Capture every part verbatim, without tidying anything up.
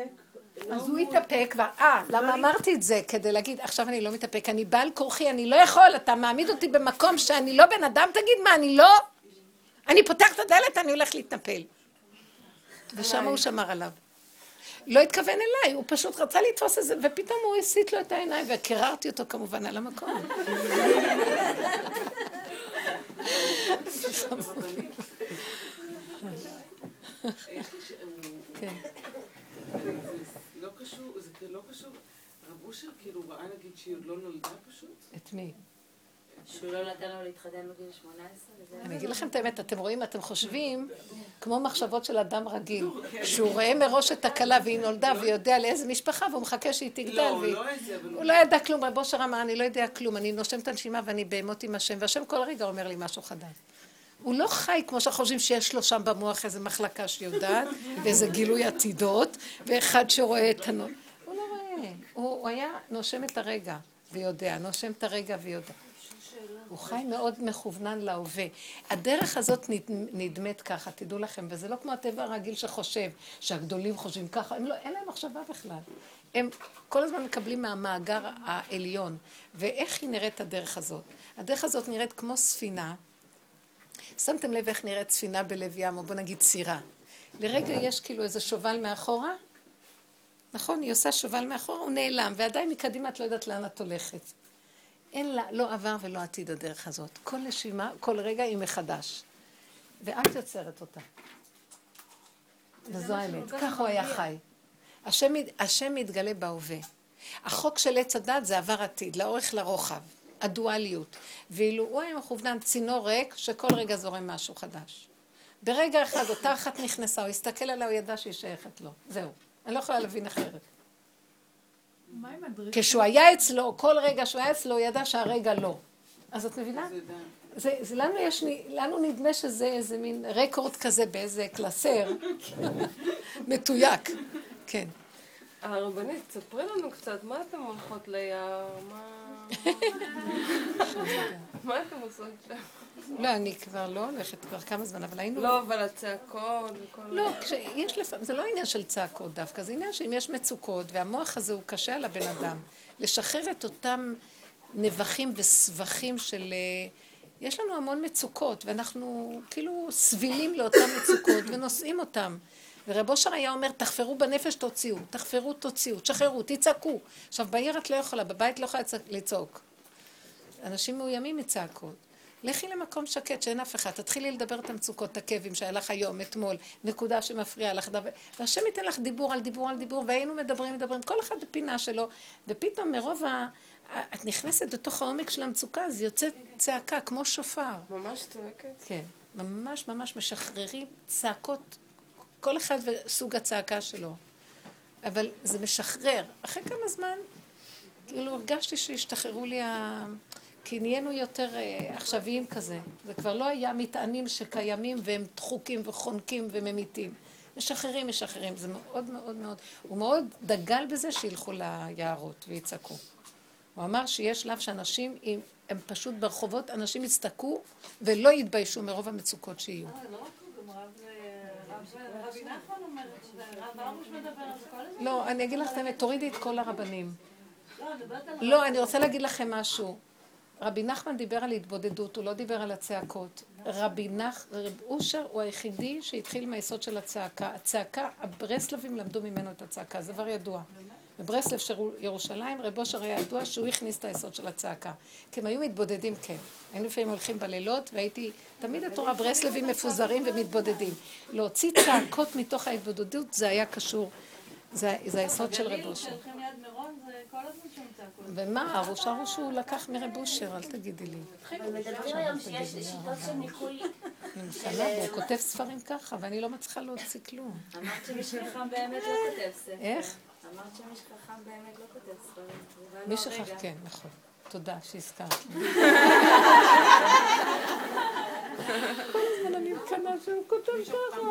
אז הוא התאפק, אה, למה אמרתי את זה? כדי להגיד, עכשיו אני לא מתאפק, אני בעל כורחי, אני לא יכול, אתה מעמיד אותי במקום שאני לא בן אדם, תגיד מה, אני לא? אני פותח את הדלת, אני הולך להתנפל. ושם הוא שמר עליו. לא התכוון אליי, הוא פשוט רצה לתפוס את זה, ופתאום הוא הסיט לו את העיניים, וקררתי אותו כמובן על המקום. כן. לא קשור, זה לא קשור. רב אושר כאילו ראה נגיד שהיא עוד לא נולדה פשוט? את מי? שהוא לא נתן לו להתחתן בגיל שמונה עשרה? אני אגיד לכם את האמת, אתם רואים, אתם חושבים, כמו מחשבות של אדם רגיל, שהוא רואה מראש את הכלה והיא נולדה ויודע לאיזה משפחה, והוא מחכה שהיא תגדל. הוא לא ידע כלום, רב אושר אמר, אני לא יודע כלום, אני נושם את הנשימה ואני בהמות עם השם, והשם כל רגע אומר לי משהו חדש. הוא לא חי כמו שחושבים שיש לו שם במוח איזה מחלקה שיודעת, ואיזה גילוי עתידות, ואחד שרואה את הנון. הוא לא רואה, הוא היה נושם את הרגע ויודע, נושם את הרגע ויודע. הוא חי מאוד מכוונן להווה. הדרך הזאת נדמת ככה, תדעו לכם, וזה לא כמו הטבע הרגיל שחושב, שהגדולים חושבים ככה, הם לא, אין להם מחשבה בכלל. הם כל הזמן מקבלים מהמאגר העליון. ואיך היא נראית הדרך הזאת? הדרך הזאת נראית כמו ספינה. שמתם לב איך נראית ספינה בלב ים, או בוא נגיד סירה. לרגע יש כאילו איזה שובל מאחורה, נכון, היא עושה שובל מאחורה, הוא נעלם, ועדיין מקדימה את לא יודעת לאן את הולכת. אין לה, לא עבר ולא עתיד הדרך הזאת. כל נשימה, כל רגע היא מחדש. ואת יוצרת אותה. וזו האמת. כך הוא היה חי. השם, השם מתגלה בהווה. החוק של עץ הדת זה עבר עתיד, לאורך לרוחב. הדואליות. ואילו הוא היה מכוונן צינור ריק, שכל רגע זורם משהו חדש. ברגע אחד, אותה אחת נכנסה, הוא הסתכל עליה, הוא ידע שהיא שייכת לו. זהו. אני לא יכולה להבין אחרת. כשהוא היה אצלו, כל רגע שהוא היה אצלו, הוא ידע שהרגע לא. אז את מבינה? זה, זה לנו יש, לנו נדמה שזה איזה מין רקורד כזה באיזה קלסר, מתויק. כן. הרבנית, תספרי לנו קצת, מה אתם הולכות ליער? מה... מה אתם עושות שם? לא, אני כבר לא הולכת כבר כמה זמן, אבל היינו... לא, אבל הצעקות וכל... לא, כשיש לפעמים, זה לא עניין של צעקות דווקא, זה עניין שאם יש מצוקות, והמוח הזה הוא קשה על הבן אדם, לשחרר את אותם נבחים וסבכים של... יש לנו המון מצוקות, ואנחנו כאילו סבילים לאותן מצוקות ונושאים אותם. ורב אושר היה אומר, תחפרו בנפש, תוציאו, תחפרו, תוציאו, תשחררו, תצעקו. עכשיו, בעיר את לא יכולה, בבית לא יכולה לצעוק. אנשים מאוימים מצעקות. לכי למקום שקט שאין אף אחד, תתחילי לדבר את המצוקות, את הכאבים שהיה לך היום, אתמול, נקודה שמפריעה לך, דבר, והשם ייתן לך דיבור על דיבור על דיבור, והיינו מדברים, מדברים, כל אחד בפינה שלו, ופתאום מרוב ה... את נכנסת בתוך העומק של המצוקה, אז יוצאת צעקה, כמו שופר. ממש צועקת? כן, ממש ממש משחררים צעקות, כל אחד וסוג הצעקה שלו. אבל זה משחרר. אחרי כמה זמן, כאילו הרגשתי שהשתחררו לי ה... כי נהיינו יותר uh, עכשוויים כזה. זה כבר לא היה מטענים שקיימים והם דחוקים וחונקים וממיתים. משחררים, משחררים. זה מאוד מאוד מאוד. הוא מאוד דגל בזה שילכו ליערות ויצעקו. הוא אמר שיש שלב שאנשים, הם פשוט ברחובות, אנשים יצטעקו ולא יתביישו מרוב המצוקות שיהיו. אה, לא רק הוא, גם רבי נחמן אומר, רב ארוש מדבר על זה כל הזמן. לא, אני אגיד לך את האמת, תורידי את כל הרבנים. לא, אני מדברת על... לא, אני רוצה להגיד לכם משהו. רבי נחמן דיבר על התבודדות, הוא לא דיבר על הצעקות. רבי נח, רב אושר הוא היחידי שהתחיל מהיסוד של הצעקה. הצעקה, הברסלבים למדו ממנו את הצעקה, זה דבר ידוע. בברסלב של ירושלים, רב אושר היה ידוע שהוא הכניס את היסוד של הצעקה. כי הם היו מתבודדים, כן. היינו לפעמים הולכים בלילות, והייתי, תמיד התורה ברסלבים מפוזרים ומתבודדים. להוציא צעקות מתוך ההתבודדות, זה היה קשור. זה, זה היסוד של רב אושר. כשהולכים ליד מירון, זה כל הזמן שם צעקות. ומה, הרב אושר הוא שהוא לקח מרב אושר, אל תגידי לי. מדברים היום שיש שיטות של ניקוי. אני מפנה בו, הוא כותב ספרים ככה, ואני לא מצליחה להוציא כלום. אמרת שמי שחכם באמת לא כותב ספר. איך? אמרת שמי שחכם באמת לא כותב ספרים. מי שחכם, כן, נכון. תודה שהזכרת. כל הזמן אני מקנה שהוא כותב ככה.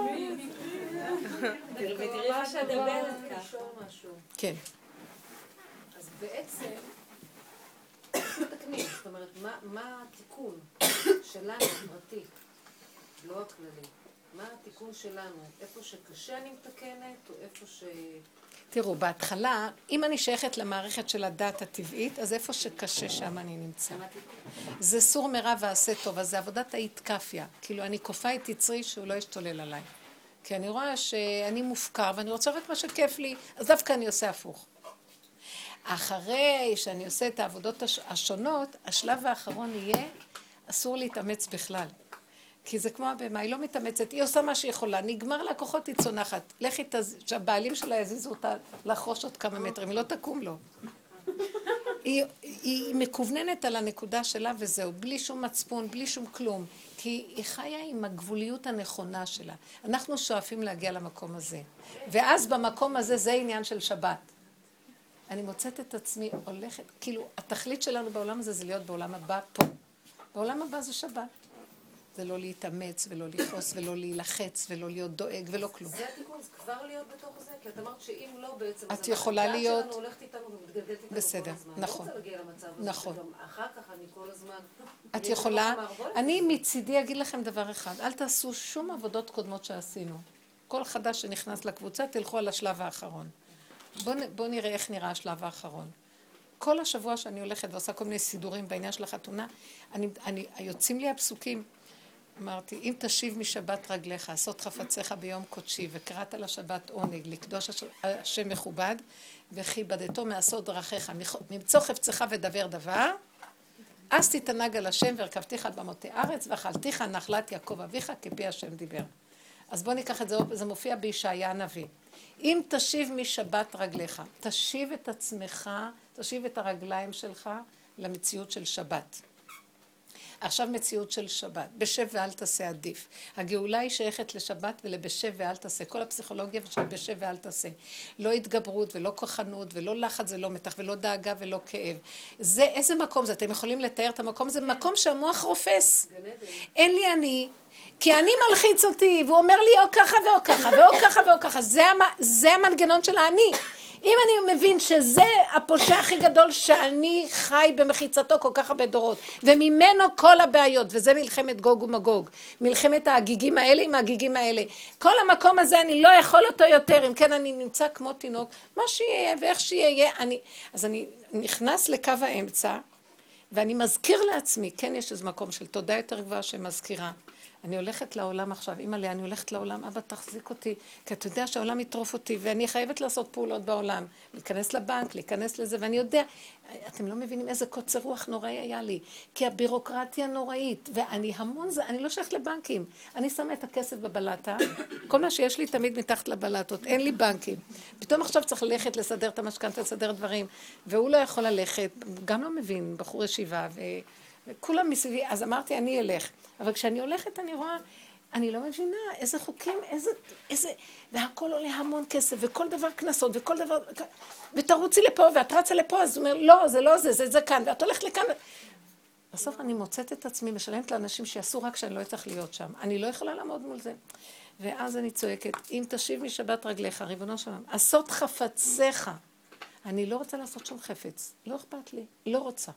ותראי מה שאת מדברת ככה. כן. אז בעצם, איך מתקנים? זאת אומרת, מה התיקון שלנו הפרטי, לא הכללי? מה התיקון שלנו? איפה שקשה אני מתקנת, או איפה ש... תראו, בהתחלה, אם אני שייכת למערכת של הדת הטבעית, אז איפה שקשה שם אני נמצא. זה סור מרע ועשה טוב, אז זה עבודת ההתקפיה. כאילו, אני כופה את יצרי שהוא לא ישתולל עליי. כי אני רואה שאני מופקר, ואני רוצה רק מה שכיף לי, אז דווקא אני עושה הפוך. אחרי שאני עושה את העבודות השונות, השלב האחרון יהיה, אסור להתאמץ בכלל. כי זה כמו הבמה, היא לא מתאמצת, היא עושה מה שהיא יכולה, נגמר לה כוחות, היא צונחת. לכי, שהבעלים שלה יזיזו אותה לחרוש עוד כמה מטרים, היא לא תקום לו. היא, היא מכווננת על הנקודה שלה וזהו, בלי שום מצפון, בלי שום כלום. כי היא חיה עם הגבוליות הנכונה שלה. אנחנו שואפים להגיע למקום הזה. ואז במקום הזה זה עניין של שבת. אני מוצאת את עצמי הולכת, כאילו, התכלית שלנו בעולם הזה זה להיות בעולם הבא פה. בעולם הבא זה שבת. זה לא להתאמץ ולא לכעוס ולא להילחץ ולא להיות דואג ולא כלום. זה התיקון, זה כבר להיות בתוך זה, כי את אמרת שאם לא בעצם... את יכולה להיות... שלנו הולכת איתנו ומתגלגלת איתנו בסדר, כל הזמן. נכון. לא רוצה להגיע למצב הזה, נכון. שגם אחר כך אני כל הזמן... את יכולה... אני מצידי אגיד לכם דבר אחד, אל תעשו שום עבודות קודמות שעשינו. כל חדש שנכנס לקבוצה, תלכו על השלב האחרון. בואו נראה איך נראה השלב האחרון. כל השבוע שאני הולכת ועושה כל מיני סידורים בעניין של החתונה, אני, אני, יוצאים לי הפסוקים. אמרתי, אם תשיב משבת רגליך, עשות חפציך ביום קודשי, וקראת לשבת עונג, לקדוש השם מכובד, וכיבדתו מעשות דרכיך, ממצוא חפצך ודבר דבר, אז תתענג על השם והרכבתיך על במותי ארץ, ואכלתיך נחלת יעקב אביך, כפי השם דיבר. אז בואו ניקח את זה, זה מופיע בישעיה הנביא. אם תשיב משבת רגליך, תשיב את עצמך, תשיב את הרגליים שלך למציאות של שבת. עכשיו מציאות של שבת, בשב ואל תעשה עדיף. הגאולה היא שייכת לשבת ולבשב ואל תעשה. כל הפסיכולוגיה של בשב ואל תעשה. לא התגברות ולא כוחנות ולא לחץ ולא מתח ולא דאגה ולא כאב. זה, איזה מקום זה? אתם יכולים לתאר את המקום? זה מקום שהמוח רופס. אין לי אני, כי אני מלחיץ אותי, והוא אומר לי או ככה ואו ככה ואו ככה ואו ככה. זה, זה המנגנון של האני. אם אני מבין שזה הפושע הכי גדול שאני חי במחיצתו כל כך הרבה דורות, וממנו כל הבעיות, וזה מלחמת גוג ומגוג, מלחמת ההגיגים האלה עם ההגיגים האלה. כל המקום הזה אני לא יכול אותו יותר, אם כן אני נמצא כמו תינוק, מה שיהיה ואיך שיהיה, אני... אז אני נכנס לקו האמצע, ואני מזכיר לעצמי, כן יש איזה מקום של תודה יותר גבוהה שמזכירה. אני הולכת לעולם עכשיו, אמא לי, אני הולכת לעולם, אבא תחזיק אותי, כי אתה יודע שהעולם יטרוף אותי, ואני חייבת לעשות פעולות בעולם, להיכנס לבנק, להיכנס לזה, ואני יודע, אתם לא מבינים איזה קוצר רוח נוראי היה לי, כי הבירוקרטיה נוראית, ואני המון זה, אני לא שייכת לבנקים, אני שמה את הכסף בבלטה, כל מה שיש לי תמיד מתחת לבלטות, אין לי בנקים, פתאום עכשיו צריך ללכת לסדר את המשכנתא, לסדר דברים, והוא לא יכול ללכת, גם לא מבין, בחור ישיבה, ו... וכולם מסביבי, אז אמרתי, אני אלך. אבל כשאני הולכת, אני רואה, אני לא מבינה איזה חוקים, איזה, איזה, והכל עולה המון כסף, וכל דבר כנסות, וכל דבר, ותרוצי לפה, ואת רצה לפה, אז הוא אומר, לא, זה לא זה, זה זה כאן, ואת הולכת לכאן. בסוף אני מוצאת את עצמי, משלמת לאנשים שיעשו רק שאני לא אצטרך להיות שם. אני לא יכולה לעמוד מול זה. ואז אני צועקת, אם תשיב משבת רגליך, ריבונו שלם, עשות חפציך. אני לא רוצה לעשות שום חפץ, לא אכפת לי, לא רוצה.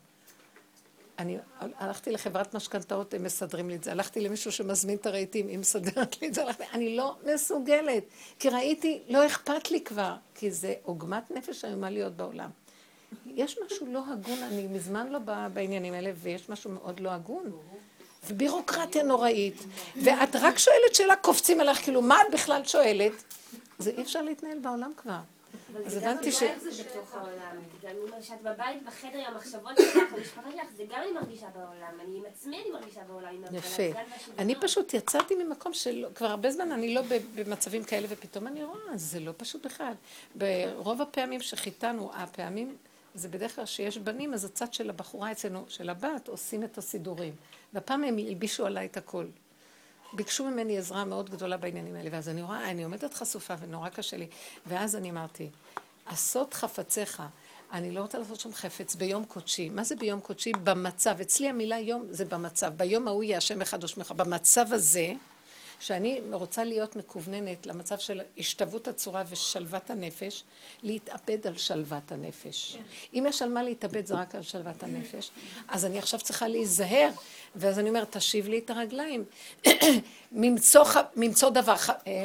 אני הלכתי לחברת משכנתאות, הם מסדרים לי את זה. הלכתי למישהו שמזמין את הרהיטים, היא מסדרת לי את זה. הלכתי, אני לא מסוגלת, כי ראיתי, לא אכפת לי כבר, כי זה עוגמת נפש איומה להיות בעולם. יש משהו לא הגון, אני מזמן לא באה בעניינים האלה, ויש משהו מאוד לא הגון. ובירוקרטיה נוראית, ואת רק שואלת שאלה, קופצים עליך, כאילו, מה את בכלל שואלת? זה אי אפשר להתנהל בעולם כבר. אז הבנתי ש... אבל זה גם זה בתוך העולם. גם שאת בבית, בחדר, עם המחשבות שלך, המשפחה שלך, זה גם אני מרגישה בעולם. אני עם עצמי אני מרגישה בעולם. יפה. אני פשוט יצאתי ממקום של... כבר הרבה זמן אני לא במצבים כאלה, ופתאום אני רואה, זה לא פשוט בכלל. ברוב הפעמים שחיתנו, הפעמים, זה בדרך כלל שיש בנים, אז הצד של הבחורה אצלנו, של הבת, עושים את הסידורים. והפעם הם ילבישו עליי את הכל. ביקשו ממני עזרה מאוד גדולה בעניינים האלה, ואז אני רואה, אני עומדת חשופה ונורא קשה לי, ואז אני אמרתי, עשות חפציך, אני לא רוצה לעשות שום חפץ ביום קודשי. מה זה ביום קודשי? במצב, אצלי המילה יום זה במצב, ביום ההוא יהיה השם אחד ושמך, במצב הזה, שאני רוצה להיות מקווננת למצב של השתוות הצורה ושלוות הנפש, להתאבד על שלוות הנפש. אם יש על מה להתאבד זה רק על שלוות הנפש, אז אני עכשיו צריכה להיזהר, ואז אני אומרת, תשיב לי את הרגליים, ממצוא, ממצוא דבר,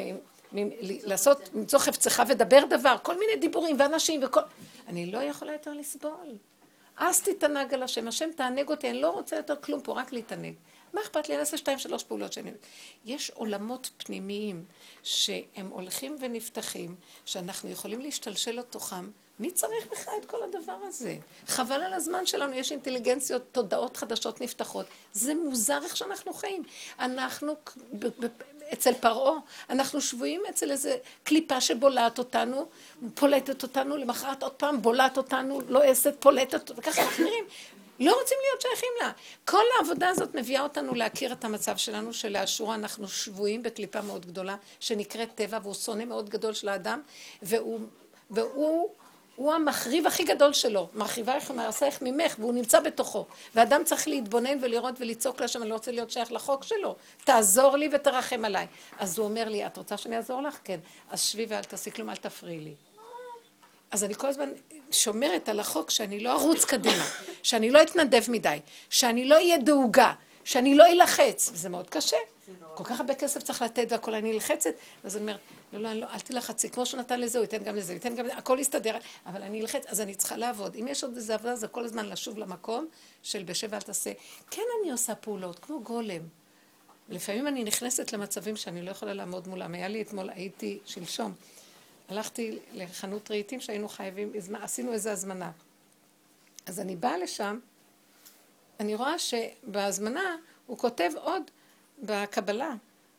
לעשות, למצוא חפצך ודבר דבר, כל מיני דיבורים ואנשים וכל... אני לא יכולה יותר לסבול. אז תתענג על השם, השם תענג אותי, אני לא רוצה יותר כלום פה, רק להתענג. מה אכפת לי? אני אעשה שתיים, שלוש פעולות שאני... יש עולמות פנימיים שהם הולכים ונפתחים, שאנחנו יכולים להשתלשל לתוכם. מי צריך בכלל את כל הדבר הזה? חבל על הזמן שלנו, יש אינטליגנציות, תודעות חדשות נפתחות. זה מוזר איך שאנחנו חיים. אנחנו, אצל פרעה, אנחנו שבויים אצל איזה קליפה שבולעת אותנו, פולטת אותנו, למחרת עוד פעם בולעת אותנו, לא עשת, פולטת, וככה אחרים. לא רוצים להיות שייכים לה. כל העבודה הזאת מביאה אותנו להכיר את המצב שלנו, שלאשורה אנחנו שבויים בקליפה מאוד גדולה, שנקראת טבע, והוא שונא מאוד גדול של האדם, והוא, והוא הוא המחריב הכי גדול שלו, מרחיבה איך מעשייך ממך, והוא נמצא בתוכו. ואדם צריך להתבונן ולראות ולצעוק לשם, אני לא רוצה להיות שייך לחוק שלו, תעזור לי ותרחם עליי. אז הוא אומר לי, את רוצה שאני אעזור לך? כן. אז שבי ואל תעשי כלום, אל תפריעי לי. אז אני כל הזמן שומרת על החוק שאני לא ארוץ קדימה, שאני לא אתנדב מדי, שאני לא אהיה דאוגה, שאני לא אלחץ, וזה מאוד קשה. כל כך הרבה כסף צריך לתת והכל אני אלחצת, אז אני אומרת, לא, לא, לא, אל תלחצי, כמו שהוא נתן לזה, הוא ייתן גם לזה, הוא ייתן גם לזה, הכל יסתדר, אבל אני אלחץ, אז אני צריכה לעבוד. אם יש עוד איזה עבודה, זה כל הזמן לשוב למקום של בשב ואל תעשה. כן, אני עושה פעולות, כמו גולם. לפעמים אני נכנסת למצבים שאני לא יכולה לעמוד מולם. היה לי אתמול, הייתי שלשום, הלכתי לחנות רהיטים שהיינו חייבים, עשינו איזו הזמנה. אז אני באה לשם, אני רואה שבהזמנה הוא כותב עוד בקבלה.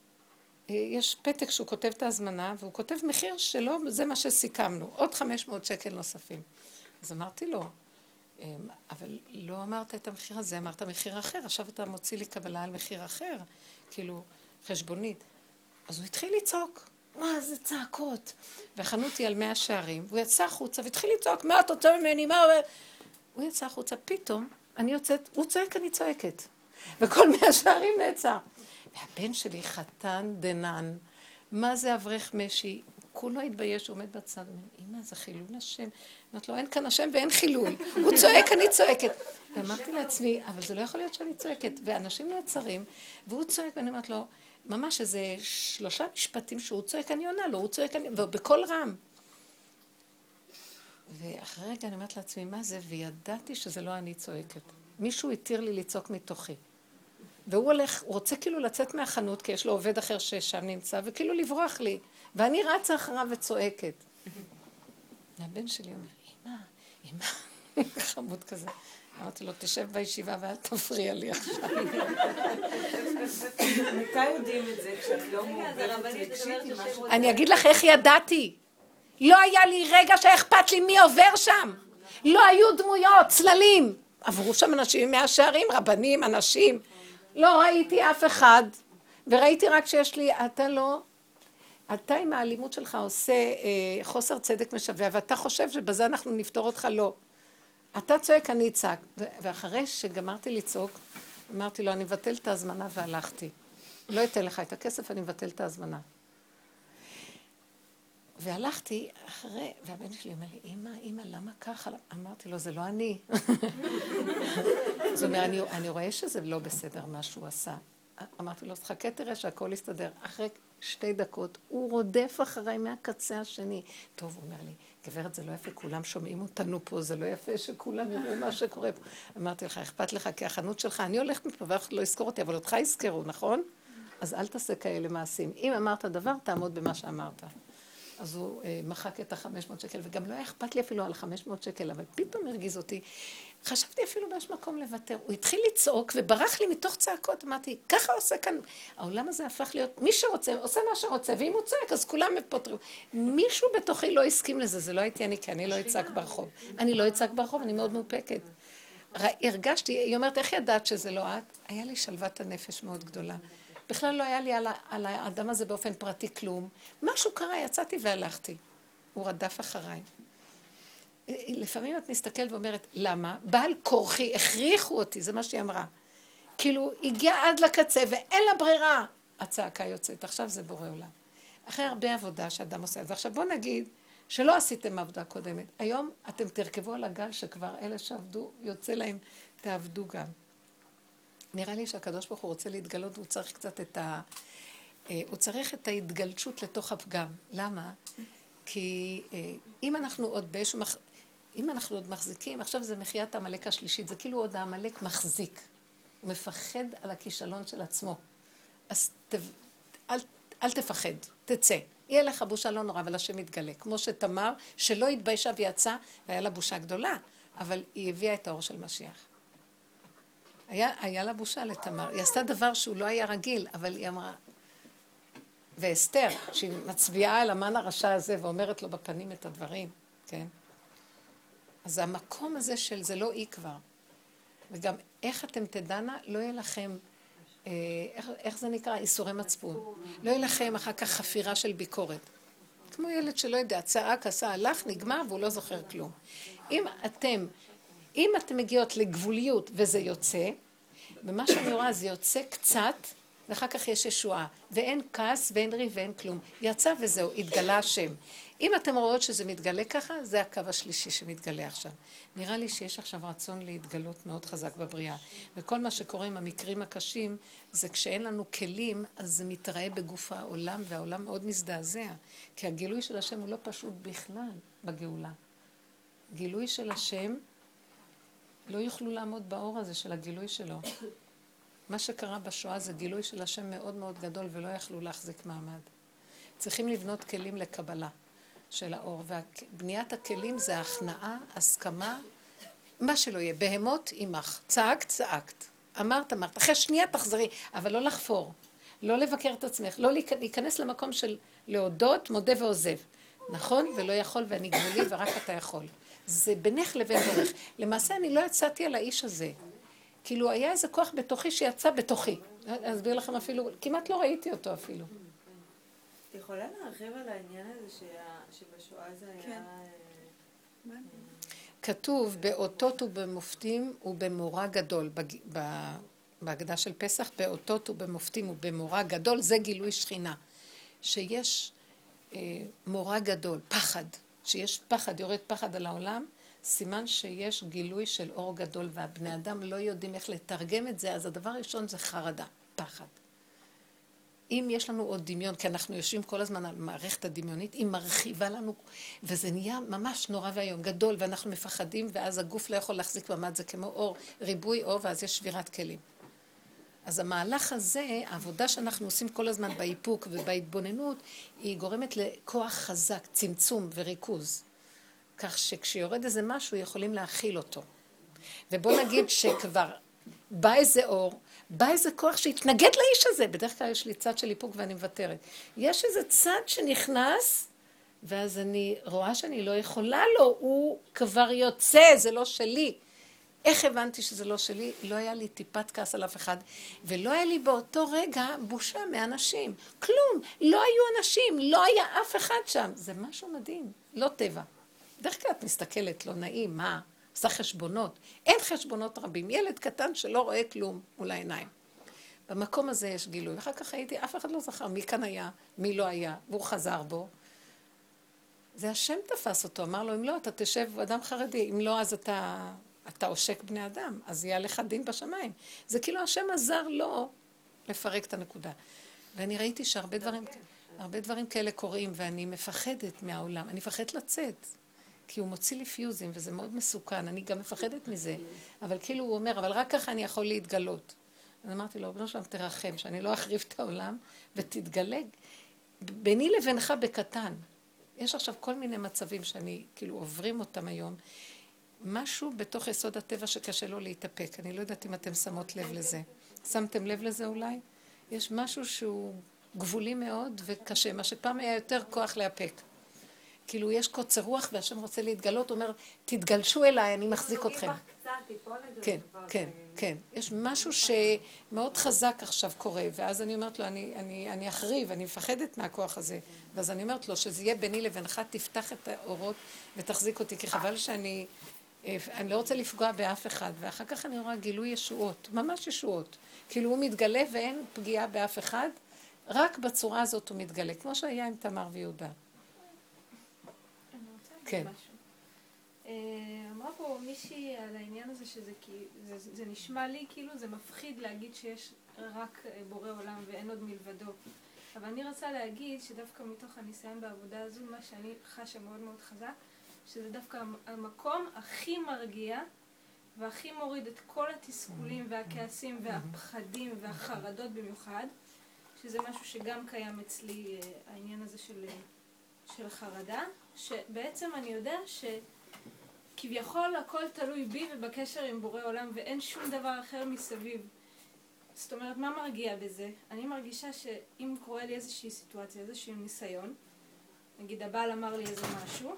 יש פתק שהוא כותב את ההזמנה, והוא כותב מחיר שלו, זה מה שסיכמנו, עוד חמש מאות שקל נוספים. אז אמרתי לו, אבל לא אמרת את המחיר הזה, אמרת מחיר אחר, עכשיו אתה מוציא לי קבלה על מחיר אחר, כאילו חשבונית. אז הוא התחיל לצעוק, מה זה צעקות? והחנות היא על מאה שערים, והוא יצא החוצה והתחיל לצעוק, מה את רוצה ממני, מה הוא... הוא יצא החוצה, פתאום אני יוצאת, הוא צועק, אני צועקת. וכל מאה שערים נעצר. והבן שלי חתן דנן, מה זה אברך משי? כולו התבייש, הוא עומד בצד, אמא, זה חילול השם. אמרת לו, אין כאן השם ואין חילול. הוא צועק, אני צועקת. ואמרתי לעצמי, אבל זה לא יכול להיות שאני צועקת. ואנשים נעצרים, והוא צועק, ואני אומרת לו, ממש איזה שלושה משפטים שהוא צועק, אני עונה לו, הוא צועק, אני... ובכל רם. ואחרי רגע אני אומרת לעצמי, מה זה? וידעתי שזה לא אני צועקת. מישהו התיר לי לצעוק מתוכי. והוא הולך, הוא רוצה כאילו לצאת מהחנות, כי יש לו עובד אחר ששם נמצא, וכאילו לברוח לי. ואני רצה אחריו וצועקת. והבן שלי אומר, אמא, אמא, חמוד כזה. אמרתי לו, תשב בישיבה ואל תפריע לי עכשיו. מתי יודעים את זה כשאת לא מעוברת רגשית עם משהו? אני אגיד לך איך ידעתי. לא היה לי רגע שאכפת לי מי עובר שם. לא היו דמויות, צללים. עברו שם אנשים מהשערים, רבנים, אנשים. לא ראיתי אף אחד, וראיתי רק שיש לי, אתה לא, אתה עם האלימות שלך עושה אה, חוסר צדק משווה, ואתה חושב שבזה אנחנו נפתור אותך, לא. אתה צועק, אני אצעק. ואחרי שגמרתי לצעוק, אמרתי לו, אני מבטל את ההזמנה והלכתי. לא אתן לך את הכסף, אני מבטל את ההזמנה. והלכתי אחרי, והבן שלי אומר לי, אמא, אמא, למה ככה? אמרתי לו, זה לא אני. זאת אומרת, אני, אני רואה שזה לא בסדר מה שהוא עשה. אמרתי לו, חכה תראה שהכל יסתדר. אחרי שתי דקות, הוא רודף אחריי מהקצה השני. טוב, הוא אומר לי, גברת, זה לא יפה, כולם שומעים אותנו פה, זה לא יפה שכולם יראו מה שקורה פה. אמרתי לך, אכפת לך, כי החנות שלך, אני הולכת מפה, ואף לא יזכור אותי, אבל אותך יזכרו, נכון? אז אל תעשה כאלה מעשים. אם אמרת דבר, תעמוד במה שאמרת. אז הוא אה, מחק את החמש מאות שקל, וגם לא היה אכפת לי אפילו על חמש מאות שקל, אבל פתאום הרגיז אותי. חשבתי אפילו באש מקום לוותר. הוא התחיל לצעוק וברח לי מתוך צעקות. אמרתי, ככה עושה כאן. העולם הזה הפך להיות, מי שרוצה, עושה מה שרוצה, ואם הוא צועק, אז כולם מפותרים. מישהו בתוכי לא הסכים לזה, זה לא הייתי אני, כי אני לא אצעק ברחוב. אני לא אצעק ברחוב, אני מאוד מאופקת. הרגשתי, היא אומרת, איך ידעת שזה לא את? היה לי שלוות הנפש מאוד גדולה. בכלל לא היה לי על, על האדם הזה באופן פרטי כלום. משהו קרה, יצאתי והלכתי. הוא רדף אחריי. לפעמים את מסתכלת ואומרת, למה? בעל כורחי, הכריחו אותי, זה מה שהיא אמרה. כאילו, הגיעה עד לקצה ואין לה ברירה. הצעקה יוצאת, עכשיו זה בורא עולם. אחרי הרבה עבודה שאדם עושה. אז עכשיו בוא נגיד שלא עשיתם עבודה קודמת. היום אתם תרכבו על הגל שכבר אלה שעבדו, יוצא להם, תעבדו גם. נראה לי שהקדוש ברוך הוא רוצה להתגלות, הוא צריך קצת את, ה, הוא צריך את ההתגלשות לתוך הפגם. למה? כי אם אנחנו עוד באיזשהו מח... אם אנחנו עוד מחזיקים, עכשיו זה מחיית העמלק השלישית, זה כאילו עוד העמלק מחזיק. הוא מפחד על הכישלון של עצמו. אז ת... אל, אל תפחד, תצא. יהיה לך בושה לא נורא, אבל השם יתגלה. כמו שתמר, שלא התביישה ויצאה, והיה לה בושה גדולה, אבל היא הביאה את האור של משיח. היה, היה לה בושה לתמר. היא עשתה דבר שהוא לא היה רגיל, אבל היא אמרה... ואסתר, שהיא מצביעה על המן הרשע הזה ואומרת לו בפנים את הדברים, כן? אז המקום הזה של זה לא אי כבר. וגם איך אתם תדענה, לא יהיה לכם, אה, איך, איך זה נקרא? איסורי מצפון. לא יהיה לכם אחר כך חפירה של ביקורת. כמו ילד שלא יודע, צעק, עשה, הלך, נגמר והוא לא זוכר כלום. אם אתם, אם אתם מגיעות לגבוליות וזה יוצא, ומה שאני רואה זה יוצא קצת, ואחר כך יש ישועה, ואין כעס ואין ריב ואין כלום. יצא וזהו, התגלה השם. אם אתם רואות שזה מתגלה ככה, זה הקו השלישי שמתגלה עכשיו. נראה לי שיש עכשיו רצון להתגלות מאוד חזק בבריאה. וכל מה שקורה עם המקרים הקשים, זה כשאין לנו כלים, אז זה מתראה בגוף העולם, והעולם מאוד מזדעזע. כי הגילוי של השם הוא לא פשוט בכלל בגאולה. גילוי של השם, לא יוכלו לעמוד באור הזה של הגילוי שלו. מה שקרה בשואה זה גילוי של השם מאוד מאוד גדול, ולא יכלו להחזיק מעמד. צריכים לבנות כלים לקבלה של האור, ובניית הכלים זה ההכנעה, הסכמה, מה שלא יהיה, בהמות עמך, צעקת, צעקת, אמרת, אמרת, אחרי שנייה תחזרי, אבל לא לחפור, לא לבקר את עצמך, לא להיכנס למקום של להודות, מודה ועוזב, נכון? ולא יכול ואני גבולי ורק אתה יכול. זה בינך לבין בורך. למעשה אני לא יצאתי על האיש הזה, כאילו היה איזה כוח בתוכי שיצא בתוכי. אני אסביר לכם אפילו, כמעט לא ראיתי אותו אפילו. את יכולה להרחיב על העניין הזה שבשואה זה היה... כתוב באותות ובמופתים ובמורא גדול, בהגדה של פסח, באותות ובמופתים ובמורא גדול, זה גילוי שכינה. שיש מורא גדול, פחד, שיש פחד, יורד פחד על העולם, סימן שיש גילוי של אור גדול, והבני אדם לא יודעים איך לתרגם את זה, אז הדבר הראשון זה חרדה, פחד. אם יש לנו עוד דמיון, כי אנחנו יושבים כל הזמן על מערכת הדמיונית, היא מרחיבה לנו, וזה נהיה ממש נורא והיום, גדול, ואנחנו מפחדים, ואז הגוף לא יכול להחזיק מעמד, זה כמו אור, ריבוי אור, ואז יש שבירת כלים. אז המהלך הזה, העבודה שאנחנו עושים כל הזמן באיפוק ובהתבוננות, היא גורמת לכוח חזק, צמצום וריכוז. כך שכשיורד איזה משהו, יכולים להכיל אותו. ובוא נגיד שכבר בא איזה אור, בא איזה כוח שהתנגד לאיש הזה. בדרך כלל יש לי צד של איפוק ואני מוותרת. יש איזה צד שנכנס, ואז אני רואה שאני לא יכולה לו, הוא כבר יוצא, זה לא שלי. איך הבנתי שזה לא שלי? לא היה לי טיפת כעס על אף אחד, ולא היה לי באותו רגע בושה מאנשים. כלום, לא היו אנשים, לא היה אף אחד שם. זה משהו מדהים, לא טבע. בדרך כלל את מסתכלת, לא נעים, מה? עושה חשבונות. אין חשבונות רבים. ילד קטן שלא רואה כלום מול העיניים. במקום הזה יש גילוי. ואחר כך הייתי, אף אחד לא זכר מי כאן היה, מי לא היה, והוא חזר בו. זה השם תפס אותו, אמר לו, אם לא, אתה תשב אדם חרדי, אם לא, אז אתה, אתה עושק בני אדם, אז יהיה לך דין בשמיים. זה כאילו השם עזר לו לפרק את הנקודה. ואני ראיתי שהרבה דברים, הרבה דברים כאלה קורים, ואני מפחדת מהעולם, אני מפחדת לצאת. כי הוא מוציא לי פיוזים, וזה מאוד מסוכן, אני גם מפחדת מזה. אבל כאילו הוא אומר, אבל רק ככה אני יכול להתגלות. אז אמרתי לו, בנו שלם, תרחם, שאני לא אחריב את העולם, ותתגלה ביני לבינך בקטן. יש עכשיו כל מיני מצבים שאני, כאילו, עוברים אותם היום, משהו בתוך יסוד הטבע שקשה לו להתאפק. אני לא יודעת אם אתם שמות לב לזה. שמתם לב לזה אולי? יש משהו שהוא גבולי מאוד וקשה, מה שפעם היה יותר כוח להפק. כאילו יש קוצר רוח והשם רוצה להתגלות, הוא אומר, תתגלשו אליי, אני מחזיק אתכם. כן, כן, כן. יש משהו שמאוד חזק עכשיו קורה, ואז אני אומרת לו, אני, אני, אני אחריב, אני מפחדת מהכוח הזה. ואז אני אומרת לו, שזה יהיה ביני לבינך, תפתח את האורות ותחזיק אותי, כי חבל שאני, אני לא רוצה לפגוע באף אחד, ואחר כך אני רואה גילוי ישועות, ממש ישועות. כאילו הוא מתגלה ואין פגיעה באף אחד, רק בצורה הזאת הוא מתגלה, כמו שהיה עם תמר ויהודה. כן. אמרה פה מישהי על העניין הזה שזה זה, זה נשמע לי כאילו זה מפחיד להגיד שיש רק בורא עולם ואין עוד מלבדו. אבל אני רוצה להגיד שדווקא מתוך הניסיון בעבודה הזו, מה שאני חשה מאוד מאוד חזק, שזה דווקא המקום הכי מרגיע, והכי מוריד את כל התסכולים והכעסים והפחדים והחרדות במיוחד, שזה משהו שגם קיים אצלי, העניין הזה של, של חרדה, שבעצם אני יודע שכביכול הכל תלוי בי ובקשר עם בורא עולם ואין שום דבר אחר מסביב. זאת אומרת, מה מרגיע בזה? אני מרגישה שאם קורה לי איזושהי סיטואציה, איזשהו ניסיון, נגיד הבעל אמר לי איזה משהו,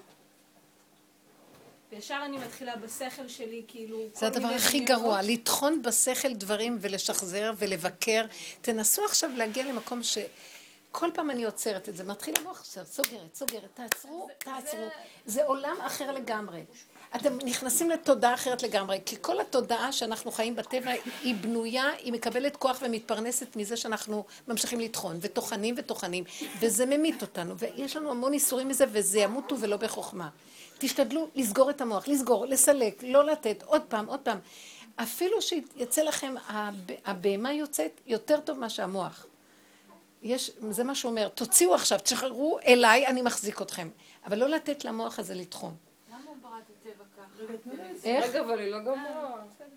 וישר אני מתחילה בשכל שלי, כאילו... זה הדבר הכי גרוע, לטחון בשכל דברים ולשחזר ולבקר. תנסו עכשיו להגיע למקום שכל פעם אני עוצרת את זה, מתחילה המוח עכשיו, סוגרת, סוגרת, תעצרו, תעצרו. זה עולם אחר לגמרי. אתם נכנסים לתודעה אחרת לגמרי, כי כל התודעה שאנחנו חיים בטבע היא בנויה, היא מקבלת כוח ומתפרנסת מזה שאנחנו ממשיכים לטחון, וטוחנים וטוחנים, וזה ממית אותנו, ויש לנו המון איסורים מזה, וזה ימותו ולא בחוכמה. תשתדלו לסגור את המוח, לסגור, לסלק, לא לתת, עוד פעם, עוד פעם. אפילו שיצא לכם, הבהמה יוצאת יותר טוב מה שהמוח. יש, זה מה שאומר, תוציאו עכשיו, תשחררו אליי, אני מחזיק אתכם. אבל לא לתת למוח הזה לטחון. למה הוא ברא את הטבע ככה? איך? רגע, אבל היא לא גמרה.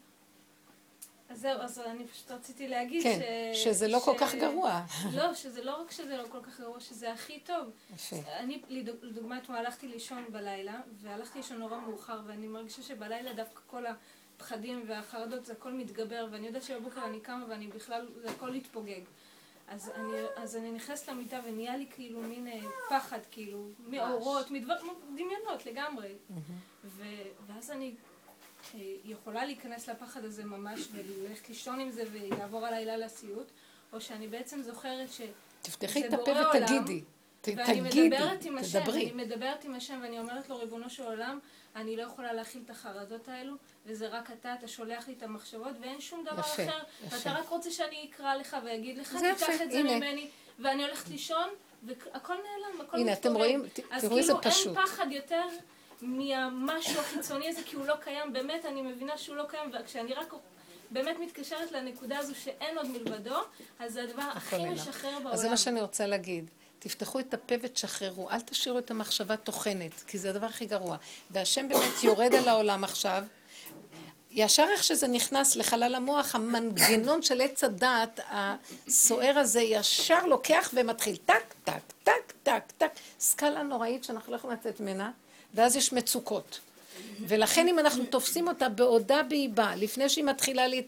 אז זהו, אז אני פשוט רציתי להגיד כן, ש... שזה לא כל כך גרוע. לא, שזה לא רק שזה לא כל כך גרוע, שזה הכי טוב. יפה. אני, לדוגמה, אתמול הלכתי לישון בלילה, והלכתי לישון נורא מאוחר, ואני מרגישה שבלילה דווקא כל הפחדים והחרדות, זה הכל מתגבר, ואני יודעת שבבוקר אני קמה ואני בכלל, זה הכל להתפוגג. אז אני, אז אני נכנסת למיטה ונהיה לי כאילו מין פחד, כאילו, מאורות, מדבר, דמיונות לגמרי. ו, ואז אני יכולה להיכנס לפחד הזה ממש וללכת לישון עם זה ויעבור הלילה לסיוט, או שאני בעצם זוכרת ש... תפתחי את הפה ותגידי. ואני מדברת עם השם, אני מדברת עם השם ואני אומרת לו, ריבונו של עולם, אני לא יכולה להכיל את החרדות האלו, וזה רק אתה, אתה שולח לי את המחשבות, ואין שום דבר יפה, אחר, יפה. ואתה רק רוצה שאני אקרא לך ואגיד לך, זה תיקח יפה, את זה הנה. ממני, ואני הולכת לישון, והכל נעלם, הכל הנה, אתם רואים, ת- תראו איזה אז פשוט. כאילו אין פחד יותר מהמשהו החיצוני הזה, כי הוא לא קיים, באמת אני מבינה שהוא לא קיים, וכשאני רק באמת מתקשרת לנקודה הזו שאין עוד מלבדו, אז זה הדבר הכי נעלם. משחרר בעולם. אז זה מה שאני רוצה להגיד. תפתחו את הפה ותשחררו, אל תשאירו את המחשבה תוכנת, כי זה הדבר הכי גרוע. והשם באמת יורד על העולם עכשיו, ישר איך שזה נכנס לחלל המוח, המנגנון של עץ הדעת, הסוער הזה ישר לוקח ומתחיל טק, טק, טק, טק, טק, סקאלה נוראית שאנחנו לא יכולים לצאת ממנה, ואז יש מצוקות. ולכן אם אנחנו תופסים אותה בעודה באיבה, לפני שהיא מתחילה לי,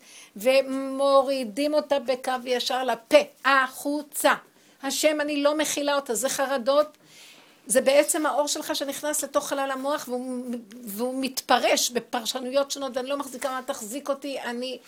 ומורידים אותה בקו ישר לפה, החוצה. השם, אני לא מכילה אותה, זה חרדות, זה בעצם האור שלך שנכנס לתוך חלל המוח, והוא, והוא מתפרש בפרשנויות שונות, ואני לא מחזיקה מה תחזיק אותי, אני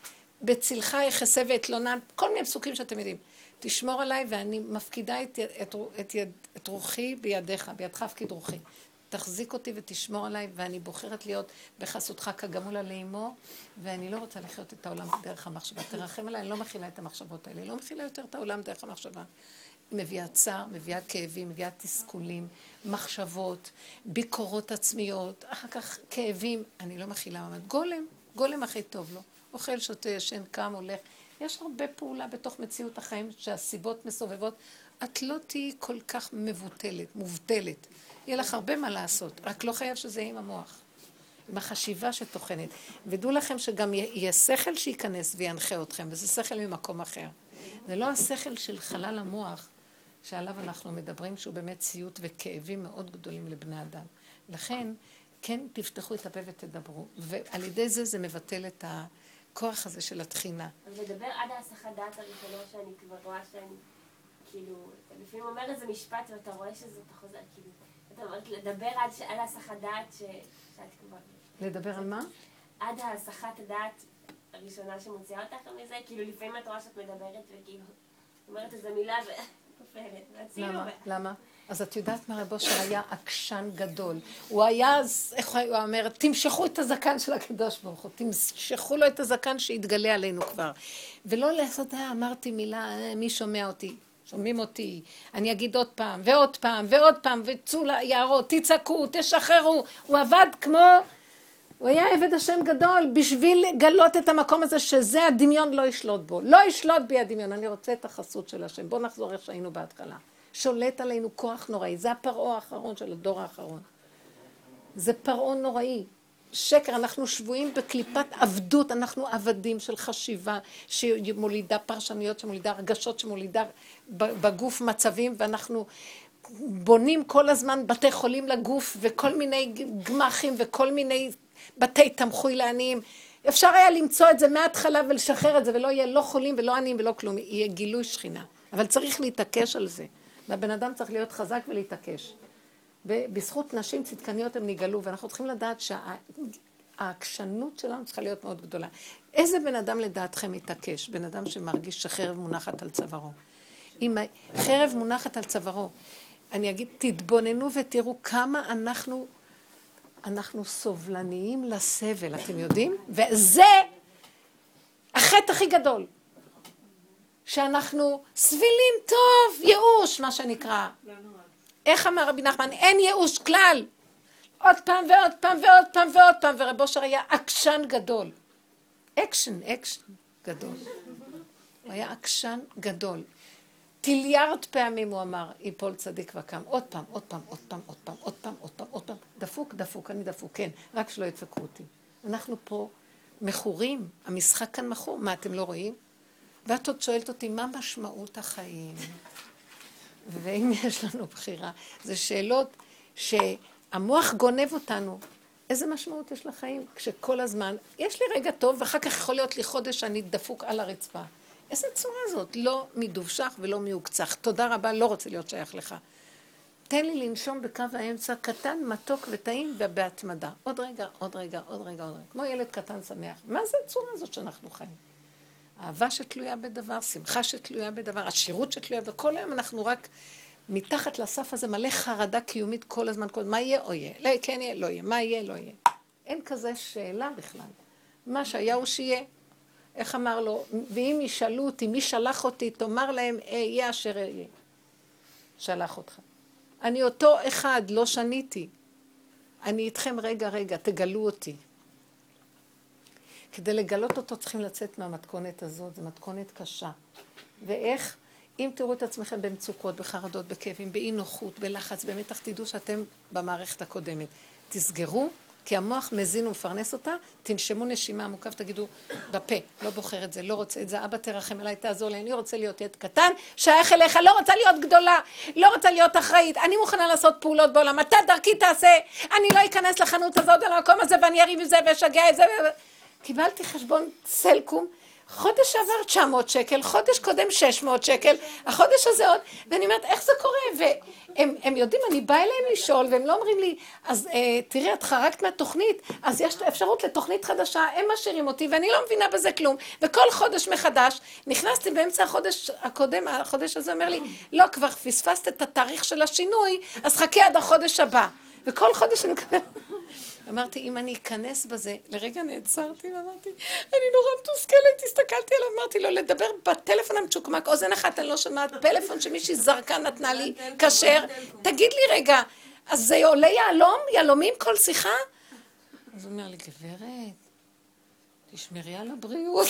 בצלך יחסה ואתלונן, כל מיני פסוקים שאתם יודעים. תשמור עליי, ואני מפקידה את, את, את, את, את רוחי בידיך, בידך הפקיד רוחי. תחזיק אותי ותשמור עליי, ואני בוחרת להיות בחסותך כגמול עלי אמו, ואני לא רוצה לחיות את העולם דרך המחשבה. תרחם עליי, אני לא מכילה את המחשבות האלה, אני לא מכילה יותר את העולם דרך המחשבה. היא מביאה צער, מביאה כאבים, מביאה תסכולים, מחשבות, ביקורות עצמיות, אחר כך כאבים, אני לא מכילה ממש. גולם, גולם הכי טוב לו. אוכל, שותה, ישן, קם, הולך. יש הרבה פעולה בתוך מציאות החיים שהסיבות מסובבות. את לא תהיי כל כך מבוטלת, מובטלת. יהיה לך הרבה מה לעשות, רק לא חייב שזה יהיה עם המוח. עם החשיבה שתוכנת. ודעו לכם שגם יהיה שכל שייכנס וינחה אתכם, וזה שכל ממקום אחר. זה לא השכל של חלל המוח, שעליו אנחנו מדברים, שהוא באמת סיוט וכאבים מאוד גדולים לבני אדם. לכן, כן תפתחו את הפה ותדברו, ועל ידי זה זה מבטל את הכוח הזה של התחינה. אז לדבר עד ההסחת דעת הראשונה שאני כבר רואה שאני, כאילו, אתה לפעמים אומר איזה משפט ואתה רואה שזה אתה חוזר, כאילו, אתה אומרת לדבר עד, ש... עד ההסחת דעת ש... שאת כבר... לדבר על מה? עד ההסחת הדעת הראשונה שמוציאה אותך מזה, כאילו לפעמים את רואה שאת מדברת וכאילו, אומרת איזה מילה ונופלת, והצילו. למה? למה? אז את יודעת מה רב אושר היה עקשן גדול. הוא היה, איך הוא אומר, תמשכו את הזקן של הקדוש ברוך הוא, תמשכו לו את הזקן שיתגלה עלינו כבר. ולא לעשות, אה, אמרתי מילה, מי שומע אותי? שומעים אותי, אני אגיד עוד פעם, ועוד פעם, ועוד פעם, וצאו ליערות, תצעקו, תשחררו. הוא עבד כמו, הוא היה עבד השם גדול, בשביל לגלות את המקום הזה, שזה הדמיון לא ישלוט בו. לא ישלוט בי הדמיון, אני רוצה את החסות של השם. בואו נחזור איך שהיינו בהתחלה. שולט עלינו כוח נוראי, זה הפרעה האחרון של הדור האחרון. זה פרעה נוראי. שקר, אנחנו שבויים בקליפת עבדות, אנחנו עבדים של חשיבה, שמולידה פרשנויות, שמולידה הרגשות, שמולידה בגוף מצבים, ואנחנו בונים כל הזמן בתי חולים לגוף, וכל מיני גמחים, וכל מיני בתי תמחוי לעניים. אפשר היה למצוא את זה מההתחלה ולשחרר את זה, ולא יהיה לא חולים ולא עניים ולא כלום, יהיה גילוי שכינה. אבל צריך להתעקש על זה. והבן אדם צריך להיות חזק ולהתעקש. ובזכות נשים צדקניות הם נגלו, ואנחנו צריכים לדעת שהעקשנות שלנו צריכה להיות מאוד גדולה. איזה בן אדם לדעתכם מתעקש? בן אדם שמרגיש שחרב מונחת על צווארו. אם חרב מונחת על צווארו, אני אגיד, תתבוננו ותראו כמה אנחנו, אנחנו סובלניים לסבל, אתם יודעים? וזה החטא הכי גדול. שאנחנו סבילים טוב, ייאוש, מה שנקרא. איך אמר רבי נחמן? אין ייאוש כלל. עוד פעם ועוד פעם ועוד פעם ועוד פעם, ורב אושר היה עקשן גדול. אקשן, אקשן גדול. הוא היה עקשן גדול. טיליארד פעמים הוא אמר, יפול צדיק וקם. עוד פעם, עוד פעם, עוד פעם, עוד פעם, עוד פעם, עוד פעם, עוד פעם. דפוק, דפוק, אני דפוק, כן. רק שלא ידפקו אותי. אנחנו פה מכורים, המשחק כאן מכור. מה, אתם לא רואים? ואת עוד שואלת אותי, מה משמעות החיים? ואם יש לנו בחירה, זה שאלות שהמוח גונב אותנו. איזה משמעות יש לחיים? כשכל הזמן, יש לי רגע טוב, ואחר כך יכול להיות לי חודש שאני דפוק על הרצפה. איזה צורה זאת? לא מדובשך ולא מיוקצח. תודה רבה, לא רוצה להיות שייך לך. תן לי לנשום בקו האמצע, קטן, מתוק וטעים ובהתמדה. עוד רגע, עוד רגע, עוד רגע, עוד רגע. כמו ילד קטן שמח. מה זה הצורה הזאת שאנחנו חיים? אהבה שתלויה בדבר, שמחה שתלויה בדבר, עשירות שתלויה, וכל היום אנחנו רק מתחת לסף הזה מלא חרדה קיומית כל הזמן, כל... מה יהיה או יהיה? לא, כן יהיה, לא יהיה, מה יהיה, לא יהיה. אין כזה שאלה בכלל. מה שהיה הוא שיהיה. איך אמר לו, ואם ישאלו אותי, מי שלח אותי, תאמר להם, יהיה אשר יהיה. שלח אותך. אני אותו אחד, לא שניתי. אני איתכם רגע, רגע, תגלו אותי. כדי לגלות אותו צריכים לצאת מהמתכונת הזאת, זו מתכונת קשה. ואיך, אם תראו את עצמכם במצוקות, בחרדות, בכאבים, באי נוחות, בלחץ, במתח, תדעו שאתם במערכת הקודמת. תסגרו, כי המוח מזין ומפרנס אותה, תנשמו נשימה עמוקה ותגידו, בפה, לא בוחר את זה, לא רוצה את זה, אבא תרחם אליי, תעזור לי, אני רוצה להיות ילד קטן, שייך אליך, לא רוצה להיות גדולה, לא רוצה להיות אחראית, אני מוכנה לעשות פעולות בעולם, אתה דרכי תעשה, אני לא אכנס לחנות הזאת על המקום הזה, ואני אריב עם זה ואשגע את זה, קיבלתי חשבון סלקום, חודש שעבר תשע מאות שקל, חודש קודם שש מאות שקל, החודש הזה עוד, ואני אומרת, איך זה קורה? והם הם יודעים, אני באה אליהם לשאול, והם לא אומרים לי, אז אה, תראי, את חרקת מהתוכנית, אז יש אפשרות לתוכנית חדשה, הם משאירים אותי, ואני לא מבינה בזה כלום, וכל חודש מחדש, נכנסתי באמצע החודש הקודם, החודש הזה אומר לי, לא, כבר פספסת את התאריך של השינוי, אז חכי עד החודש הבא, וכל חודש אני מקבל... אמרתי, אם אני אכנס בזה, לרגע נעצרתי ואמרתי, אני נורא מתוסכלת, הסתכלתי עליו, אמרתי לו, לדבר בטלפון המצ'וקמק, אוזן אחת, אני לא שומעת, פלאפון שמישהי זרקה נתנה לי, כשר, תגיד לי רגע, אז זה עולה יעלום, יעלומים כל שיחה? אז הוא אומר לי, גברת, תשמרי על הבריאות.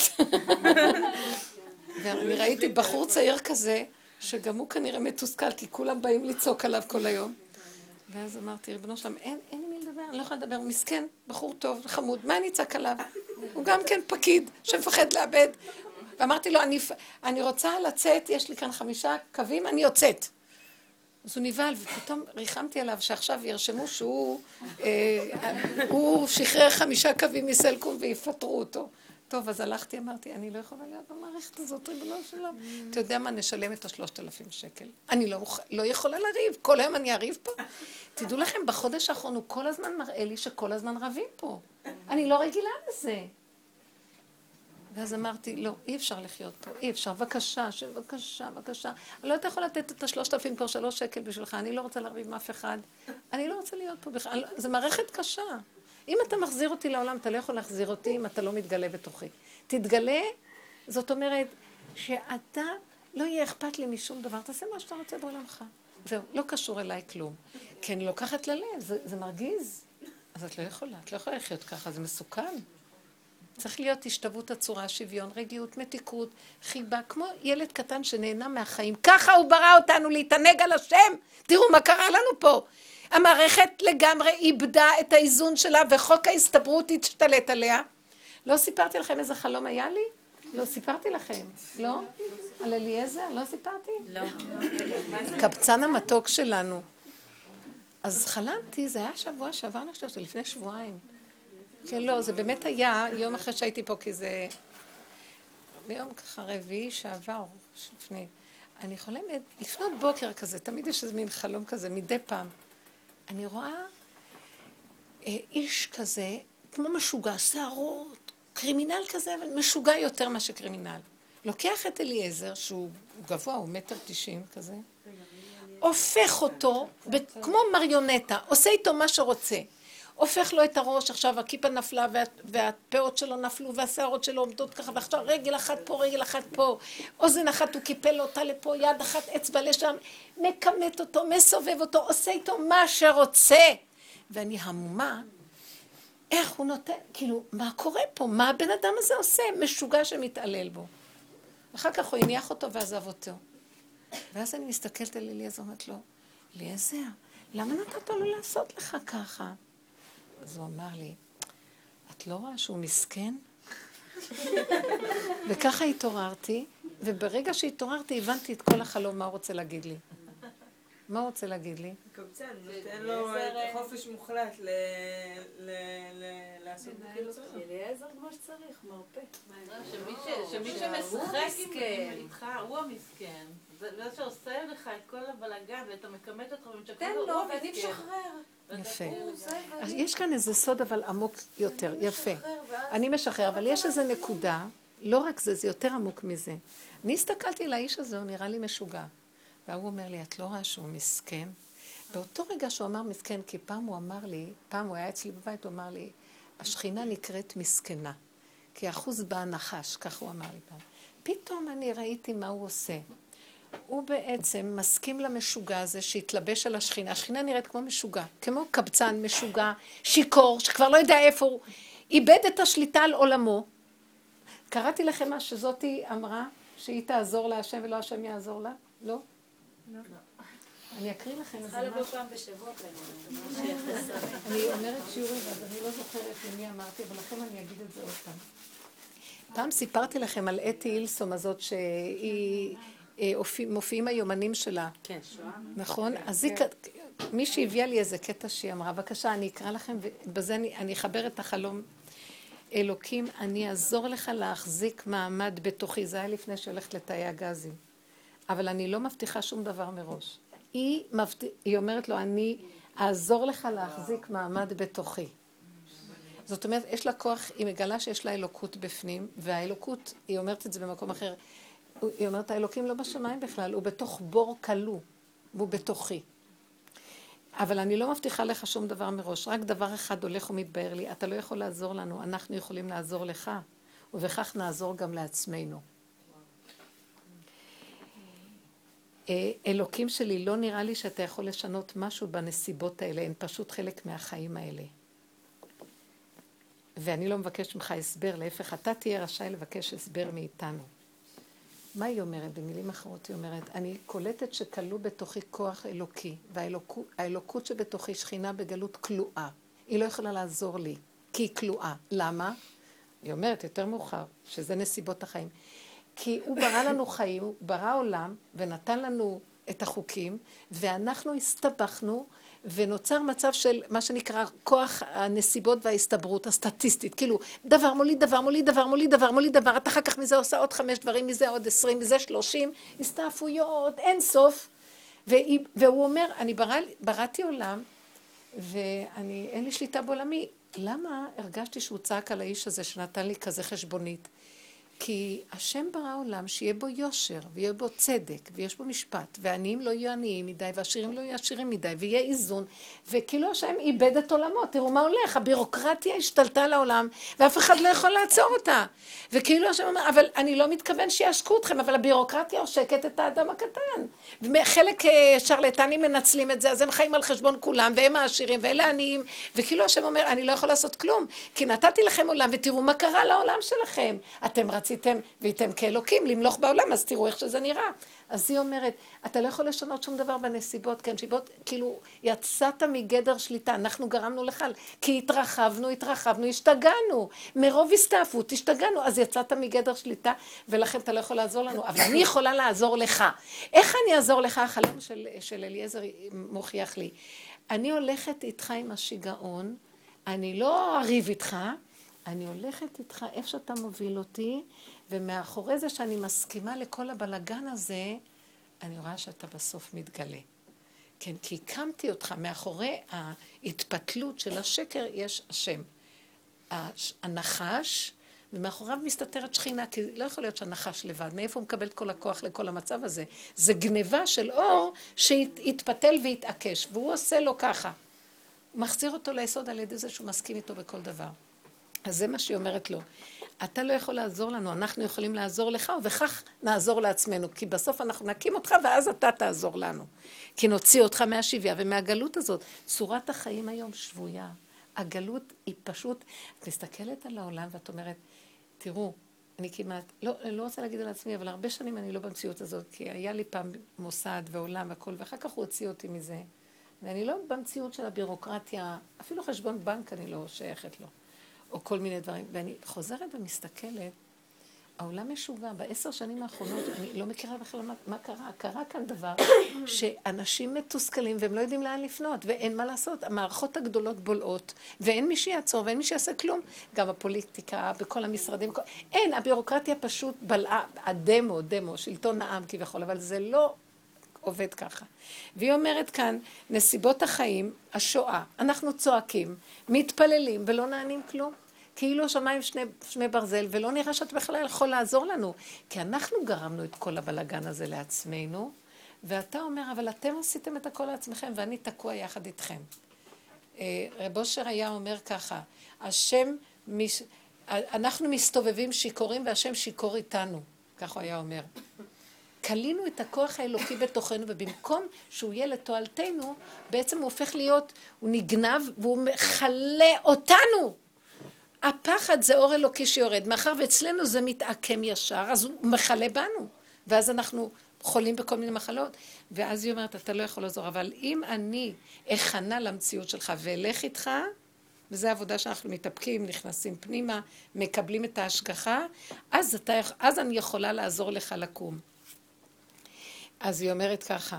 ואני ראיתי בחור צעיר כזה, שגם הוא כנראה מתוסכל, כי כולם באים לצעוק עליו כל היום. ואז אמרתי, ריבונו שלם, אין, אין לי מי לדבר, אני לא יכולה לדבר, הוא מסכן, בחור טוב, חמוד, מה אני אצעק עליו? הוא גם כן פקיד, שמפחד לאבד. ואמרתי לו, אני, אני רוצה לצאת, יש לי כאן חמישה קווים, אני יוצאת. אז הוא נבהל, ופתאום ריחמתי עליו שעכשיו ירשמו שהוא אה, הוא שחרר חמישה קווים מסלקום ויפטרו אותו. טוב, אז הלכתי, אמרתי, אני לא יכולה להיות במערכת הזאת, ריבונו שלם. אתה יודע מה, נשלם את השלושת אלפים שקל. אני לא, לא יכולה לריב, כל היום אני אריב פה. תדעו לכם, בחודש האחרון הוא כל הזמן מראה לי שכל הזמן רבים פה. אני לא רגילה לזה. ואז אמרתי, לא, אי אפשר לחיות פה, אי אפשר, בבקשה, בבקשה, בבקשה. אני לא יכולה לתת את השלושת אלפים כבר שלוש שקל בשבילך, אני לא רוצה לריב עם אף אחד. אני לא רוצה להיות פה בכלל, זה מערכת קשה. אם אתה מחזיר אותי לעולם, אתה לא יכול להחזיר אותי אם אתה לא מתגלה בתוכי. תתגלה, זאת אומרת, שאתה לא יהיה אכפת לי משום דבר, תעשה מה שאתה רוצה בעולמך. זהו, לא קשור אליי כלום. כי אני לוקחת ללב, זה, זה מרגיז. אז את לא יכולה, את לא יכולה לחיות ככה, זה מסוכן. צריך להיות השתוות הצורה, שוויון, רגיעות, מתיקות, חיבה, כמו ילד קטן שנהנה מהחיים. ככה הוא ברא אותנו להתענג על השם. תראו מה קרה לנו פה. המערכת לגמרי איבדה את האיזון שלה, וחוק ההסתברות התשתלט עליה. לא סיפרתי לכם איזה חלום היה לי? לא סיפרתי לכם, לא? על אליעזר? לא סיפרתי? לא. קבצן המתוק שלנו. אז חלמתי, זה היה שבוע שעבר, אני חושבת, לפני שבועיים. כן, לא, זה באמת היה יום אחרי שהייתי פה, כי זה ביום ככה רביעי שעבר, לפני. אני חולמת, לפנות בוקר כזה, תמיד יש איזה מין חלום כזה, מדי פעם. אני רואה אה, איש כזה, כמו משוגע, שערות, קרימינל כזה, אבל משוגע יותר מה שקרימינל. לוקח את אליעזר, שהוא גבוה, הוא מטר תשעים כזה, הופך אותו, כמו מריונטה, עושה איתו מה שרוצה. הופך לו את הראש, עכשיו הכיפה נפלה וה, והפאות שלו נפלו והשערות שלו עומדות ככה, ועכשיו רגל אחת פה, רגל אחת פה, אוזן אחת הוא קיפל אותה לפה, יד אחת אצבע לשם, מקמת אותו, מסובב אותו, עושה איתו מה שרוצה. ואני המומה, איך הוא נותן, כאילו, מה קורה פה? מה הבן אדם הזה עושה? משוגע שמתעלל בו. אחר כך הוא הניח אותו ועזב אותו. ואז אני מסתכלת על אליעזר, אומרת לו, אליעזר, למה נתת לו לעשות לך ככה? אז הוא אמר לי, את לא רואה שהוא מסכן? וככה התעוררתי, וברגע שהתעוררתי הבנתי את כל החלום, מה הוא רוצה להגיד לי. מה הוא רוצה להגיד לי? קבצן, נותן לו חופש מוחלט לעשות כאילו צריך. אליעזר כמו שצריך, מרפא. שמי שמשחק איתך הוא המסכן. זה שעושה לך את כל הבלגן ואתה מקמת אותך ומשקר, תן לו ואני משחרר. יפה. אז יש כאן איזה סוד אבל עמוק יותר, יפה. אני משחרר, אבל יש איזה נקודה, לא רק זה, זה יותר עמוק מזה. אני הסתכלתי לאיש הזה, הוא נראה לי משוגע. והוא אומר לי, את לא רואה שהוא מסכן? באותו רגע שהוא אמר מסכן, כי פעם הוא אמר לי, פעם הוא היה אצלי בבית, הוא אמר לי, השכינה נקראת מסכנה, כי אחוז בה נחש, כך הוא אמר לי פעם. פתאום אני ראיתי מה הוא עושה. הוא בעצם מסכים למשוגע הזה שהתלבש על השכינה. השכינה נראית כמו משוגע, כמו קבצן משוגע, שיקור, שכבר לא יודע איפה הוא. איבד את השליטה על עולמו. קראתי לכם מה שזאתי אמרה, שהיא תעזור לה השם ולא השם יעזור לה? לא? לא. אני אקריא לכם איזה משהו. צריכה לבוא פעם בשבוע כאלה. אני אומרת שיעורי, אז אני לא זוכרת למי אמרתי, אבל לכם אני אגיד את זה עוד פעם. פעם סיפרתי לכם על אתי אילסום הזאת שהיא... מופיעים היומנים שלה. כן, שואה. נכון? אז מי שהביאה לי איזה קטע שהיא אמרה, בבקשה, אני אקרא לכם, ובזה אני אחבר את החלום. אלוקים, אני אעזור לך להחזיק מעמד בתוכי. זה היה לפני שהולכת לתאי הגזים. אבל אני לא מבטיחה שום דבר מראש. היא, מבט... היא אומרת לו, אני אעזור לך להחזיק מעמד בתוכי. זאת אומרת, יש לה כוח, היא מגלה שיש לה אלוקות בפנים, והאלוקות, היא אומרת את זה במקום אחר, היא אומרת, האלוקים לא בשמיים בכלל, הוא בתוך בור כלוא, והוא בתוכי. אבל אני לא מבטיחה לך שום דבר מראש, רק דבר אחד הולך ומתבהר לי, אתה לא יכול לעזור לנו, אנחנו יכולים לעזור לך, ובכך נעזור גם לעצמנו. אלוקים שלי, לא נראה לי שאתה יכול לשנות משהו בנסיבות האלה, הן פשוט חלק מהחיים האלה. ואני לא מבקש ממך הסבר, להפך, אתה תהיה רשאי לבקש הסבר מאיתנו. מה היא אומרת? במילים אחרות היא אומרת, אני קולטת שכלוא בתוכי כוח אלוקי, והאלוקות שבתוכי שכינה בגלות כלואה. היא לא יכולה לעזור לי, כי היא כלואה. למה? היא אומרת יותר מאוחר, שזה נסיבות החיים. כי הוא ברא לנו חיים, הוא ברא עולם, ונתן לנו את החוקים, ואנחנו הסתבכנו, ונוצר מצב של מה שנקרא כוח הנסיבות וההסתברות הסטטיסטית. כאילו, דבר מוליד דבר, מוליד דבר, מוליד דבר, מוליד דבר, אתה אחר כך מזה עושה עוד חמש דברים, מזה עוד עשרים, מזה שלושים, הסתעפויות, אין סוף. והיא, והוא אומר, אני ברא, בראתי עולם, ואני, אין לי שליטה בעולמי. למה הרגשתי שהוא צעק על האיש הזה שנתן לי כזה חשבונית? כי השם ברא עולם שיהיה בו יושר, ויהיה בו צדק, ויש בו משפט, ועניים לא יהיו עניים מדי, ועשירים לא יהיו עשירים מדי, ויהיה איזון, וכאילו השם איבד את עולמו, תראו מה הולך, הבירוקרטיה השתלטה לעולם, ואף אחד לא יכול לעצור אותה. וכאילו השם אומר, אבל אני לא מתכוון שיעשקו אתכם, אבל הבירוקרטיה עושקת את האדם הקטן. וחלק שרלטנים מנצלים את זה, אז הם חיים על חשבון כולם, והם העשירים, ואלה עניים, וכאילו השם אומר, אני לא יכול לעשות כלום, כי נתתי לכם עולם, ותראו מה קרה לעולם שלכם. אתם רציתם, והייתם כאלוקים, למלוך בעולם, אז תראו איך שזה נראה. אז היא אומרת, אתה לא יכול לשנות שום דבר בנסיבות, כן, שיבות, כאילו, יצאת מגדר שליטה, אנחנו גרמנו לך, כי התרחבנו, התרחבנו, השתגענו, מרוב הסתעפות, השתגענו, אז יצאת מגדר שליטה, ולכן אתה לא יכול לעזור לנו, אבל אני יכולה לעזור לך. איך אני אעזור לך? החלום של, של אליעזר מוכיח לי. אני הולכת איתך עם השיגעון, אני לא אריב איתך, אני הולכת איתך איפה שאתה מוביל אותי, ומאחורי זה שאני מסכימה לכל הבלגן הזה, אני רואה שאתה בסוף מתגלה. כן, כי הקמתי אותך, מאחורי ההתפתלות של השקר יש השם. הנחש, ומאחוריו מסתתרת שכינה, כי לא יכול להיות שהנחש לבד. מאיפה הוא מקבל את כל הכוח לכל המצב הזה? זה גניבה של אור שהתפתל והתעקש, והוא עושה לו ככה. הוא מחזיר אותו ליסוד על ידי זה שהוא מסכים איתו בכל דבר. אז זה מה שהיא אומרת לו. אתה לא יכול לעזור לנו, אנחנו יכולים לעזור לך, וכך נעזור לעצמנו, כי בסוף אנחנו נקים אותך, ואז אתה תעזור לנו. כי נוציא אותך מהשביה ומהגלות הזאת. צורת החיים היום שבויה. הגלות היא פשוט, את מסתכלת על העולם ואת אומרת, תראו, אני כמעט, לא, אני לא רוצה להגיד על עצמי, אבל הרבה שנים אני לא במציאות הזאת, כי היה לי פעם מוסד ועולם והכל, ואחר כך הוא הוציא אותי מזה. ואני לא במציאות של הבירוקרטיה, אפילו חשבון בנק אני לא שייכת לו. או כל מיני דברים, ואני חוזרת ומסתכלת, העולם משוגע, בעשר שנים האחרונות, אני לא מכירה בכלל מה, מה קרה, קרה כאן דבר, שאנשים מתוסכלים והם לא יודעים לאן לפנות, ואין מה לעשות, המערכות הגדולות בולעות, ואין מי שיעצור, ואין מי שיעשה כלום, גם הפוליטיקה, בכל המשרדים, כל... אין, הבירוקרטיה פשוט בלעה, הדמו, דמו, שלטון העם כביכול, אבל זה לא עובד ככה. והיא אומרת כאן, נסיבות החיים, השואה, אנחנו צועקים, מתפללים ולא נענים כלום. כאילו שמיים שני, שני ברזל, ולא נראה שאת בכלל יכול לעזור לנו. כי אנחנו גרמנו את כל הבלגן הזה לעצמנו, ואתה אומר, אבל אתם עשיתם את הכל לעצמכם, ואני תקוע יחד איתכם. רב אושר היה אומר ככה, השם, אנחנו מסתובבים שיכורים, והשם שיכור איתנו. כך הוא היה אומר. קלינו את הכוח האלוקי בתוכנו, ובמקום שהוא יהיה לתועלתנו, בעצם הוא הופך להיות, הוא נגנב, והוא מחלה אותנו. הפחד זה אור אלוקי שיורד, מאחר ואצלנו זה מתעקם ישר, אז הוא מחלה בנו, ואז אנחנו חולים בכל מיני מחלות, ואז היא אומרת, אתה לא יכול לעזור, אבל אם אני אכנה למציאות שלך ואלך איתך, וזו העבודה שאנחנו מתאפקים, נכנסים פנימה, מקבלים את ההשגחה, אז, אתה, אז אני יכולה לעזור לך לקום. אז היא אומרת ככה,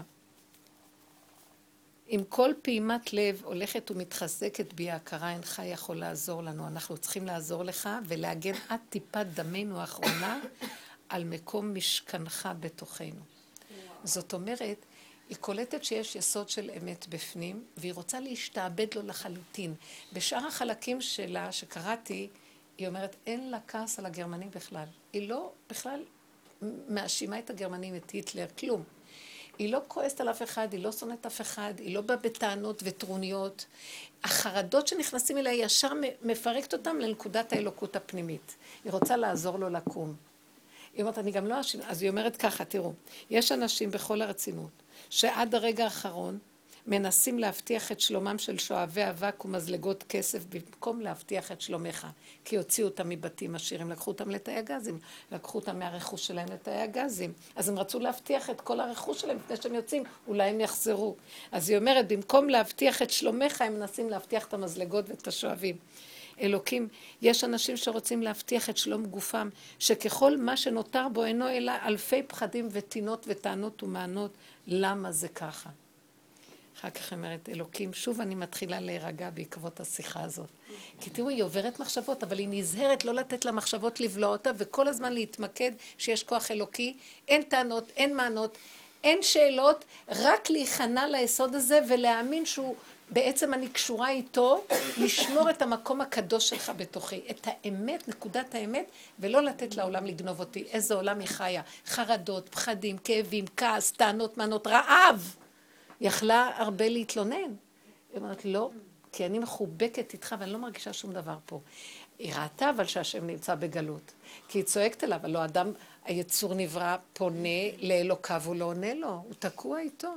אם כל פעימת לב הולכת ומתחזקת בי ההכרה, אינך יכול לעזור לנו. אנחנו צריכים לעזור לך ולהגן עד טיפת דמנו האחרונה על מקום משכנך בתוכנו. זאת אומרת, היא קולטת שיש יסוד של אמת בפנים, והיא רוצה להשתעבד לו לחלוטין. בשאר החלקים שלה שקראתי, היא אומרת, אין לה כעס על הגרמנים בכלל. היא לא בכלל מאשימה את הגרמנים, את היטלר, כלום. היא לא כועסת על אף אחד, היא לא שונאת אף אחד, היא לא באה בטענות וטרוניות. החרדות שנכנסים אליה ישר מפרקת אותם לנקודת האלוקות הפנימית. היא רוצה לעזור לו לקום. היא אומרת, אני גם לא אשים, אז היא אומרת ככה, תראו, יש אנשים בכל הרצינות, שעד הרגע האחרון מנסים להבטיח את שלומם של שואבי אבק ומזלגות כסף, במקום להבטיח את שלומך, כי הוציאו אותם מבתים עשירים, לקחו אותם לתאי הגזים, לקחו אותם מהרכוש שלהם לתאי הגזים, אז הם רצו להבטיח את כל הרכוש שלהם, לפני שהם יוצאים, אולי הם יחזרו. אז היא אומרת, במקום להבטיח את שלומך, הם מנסים להבטיח את המזלגות ואת השואבים. אלוקים, יש אנשים שרוצים להבטיח את שלום גופם, שככל מה שנותר בו אינו אלא אלפי פחדים וטינות וטענות ומענות, למה זה ככה? אחר כך אומרת, אלוקים, שוב אני מתחילה להירגע בעקבות השיחה הזאת. כי תראו, היא עוברת מחשבות, אבל היא נזהרת לא לתת למחשבות לבלוע אותה, וכל הזמן להתמקד שיש כוח אלוקי, אין טענות, אין מענות, אין שאלות, רק להיכנע ליסוד הזה ולהאמין שהוא בעצם אני קשורה איתו לשמור את המקום הקדוש שלך בתוכי, את האמת, נקודת האמת, ולא לתת לעולם לגנוב אותי. איזה עולם היא חיה, חרדות, פחדים, כאבים, כעס, טענות, מנות, רעב. יכלה הרבה להתלונן. היא אומרת, לא, כי אני מחובקת איתך ואני לא מרגישה שום דבר פה. היא ראתה אבל שהשם נמצא בגלות, כי היא צועקת אליו, אבל לא אדם, היצור נברא, פונה לאלוקיו, הוא לא עונה לו, הוא תקוע איתו.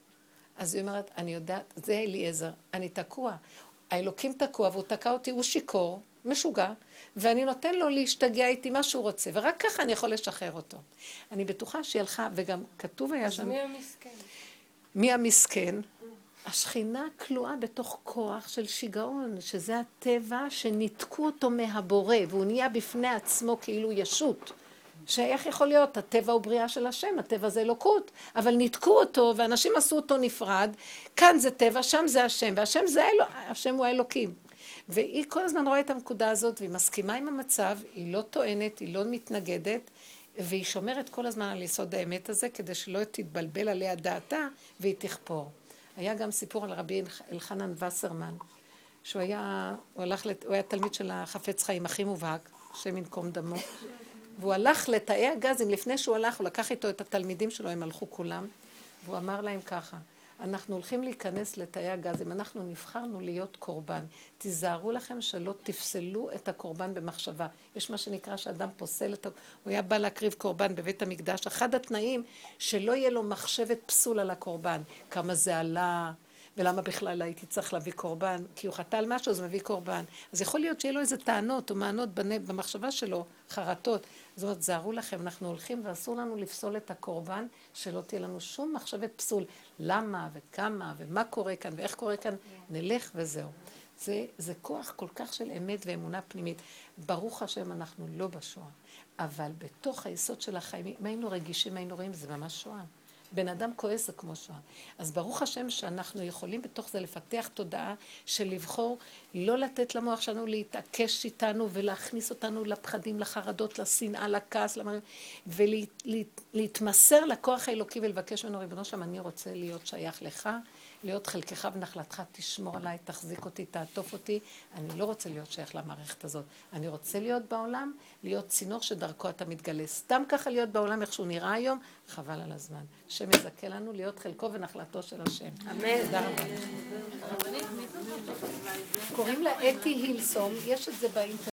אז היא אומרת, אני יודעת, זה אליעזר, אני תקוע. האלוקים תקוע והוא תקע אותי, הוא שיקור, משוגע, ואני נותן לו להשתגע איתי מה שהוא רוצה, ורק ככה אני יכול לשחרר אותו. אני בטוחה שהיא הלכה, וגם כתוב היה שם... מי המסכן? מי המסכן? השכינה כלואה בתוך כוח של שיגעון, שזה הטבע שניתקו אותו מהבורא, והוא נהיה בפני עצמו כאילו ישות. שאיך יכול להיות? הטבע הוא בריאה של השם, הטבע זה אלוקות, אבל ניתקו אותו ואנשים עשו אותו נפרד, כאן זה טבע, שם זה השם, והשם זה אלו, השם הוא האלוקים. והיא כל הזמן רואה את הנקודה הזאת, והיא מסכימה עם המצב, היא לא טוענת, היא לא מתנגדת, והיא שומרת כל הזמן על יסוד האמת הזה, כדי שלא תתבלבל עליה דעתה, והיא תכפור. היה גם סיפור על רבי אלחנן וסרמן, שהוא היה, הוא הלך, הוא היה תלמיד של החפץ חיים, הכי מובהק, השם ינקום דמו, והוא הלך לתאי הגזים, לפני שהוא הלך, הוא לקח איתו את התלמידים שלו, הם הלכו כולם, והוא אמר להם ככה, אנחנו הולכים להיכנס לתאי הגזים, אנחנו נבחרנו להיות קורבן, תיזהרו לכם שלא תפסלו את הקורבן במחשבה. יש מה שנקרא שאדם פוסל את... הוא היה בא להקריב קורבן בבית המקדש, אחד התנאים שלא יהיה לו מחשבת פסול על הקורבן, כמה זה עלה, ולמה בכלל הייתי צריך להביא קורבן, כי הוא חטא על משהו, אז הוא מביא קורבן. אז יכול להיות שיהיה לו איזה טענות או מענות במחשבה שלו, חרטות. זאת אומרת, זהרו לכם, אנחנו הולכים ואסור לנו לפסול את הקורבן, שלא תהיה לנו שום מחשבת פסול. למה וכמה ומה קורה כאן ואיך קורה כאן, נלך וזהו. זה, זה כוח כל כך של אמת ואמונה פנימית. ברוך השם, אנחנו לא בשואה, אבל בתוך היסוד של החיים, אם היינו רגישים, היינו רואים, זה ממש שואה. בן אדם כועס זה כמו שואה. אז ברוך השם שאנחנו יכולים בתוך זה לפתח תודעה של לבחור, לא לתת למוח שלנו להתעקש איתנו ולהכניס אותנו לפחדים, לחרדות, לשנאה, לכעס, ולהתמסר לכוח האלוקי ולבקש ממנו, ריבונו שם, אני רוצה להיות שייך לך, להיות חלקך ונחלתך, תשמור עליי, תחזיק אותי, תעטוף אותי. אני לא רוצה להיות שייך למערכת הזאת. אני רוצה להיות בעולם, להיות צינור שדרכו אתה מתגלה. סתם ככה להיות בעולם איך שהוא נראה היום, חבל על הזמן. השם יזכה לנו להיות חלקו ונחלתו של השם. אמן. תודה רבה. קוראים לה אתי הילסון, יש את זה באינטרנט.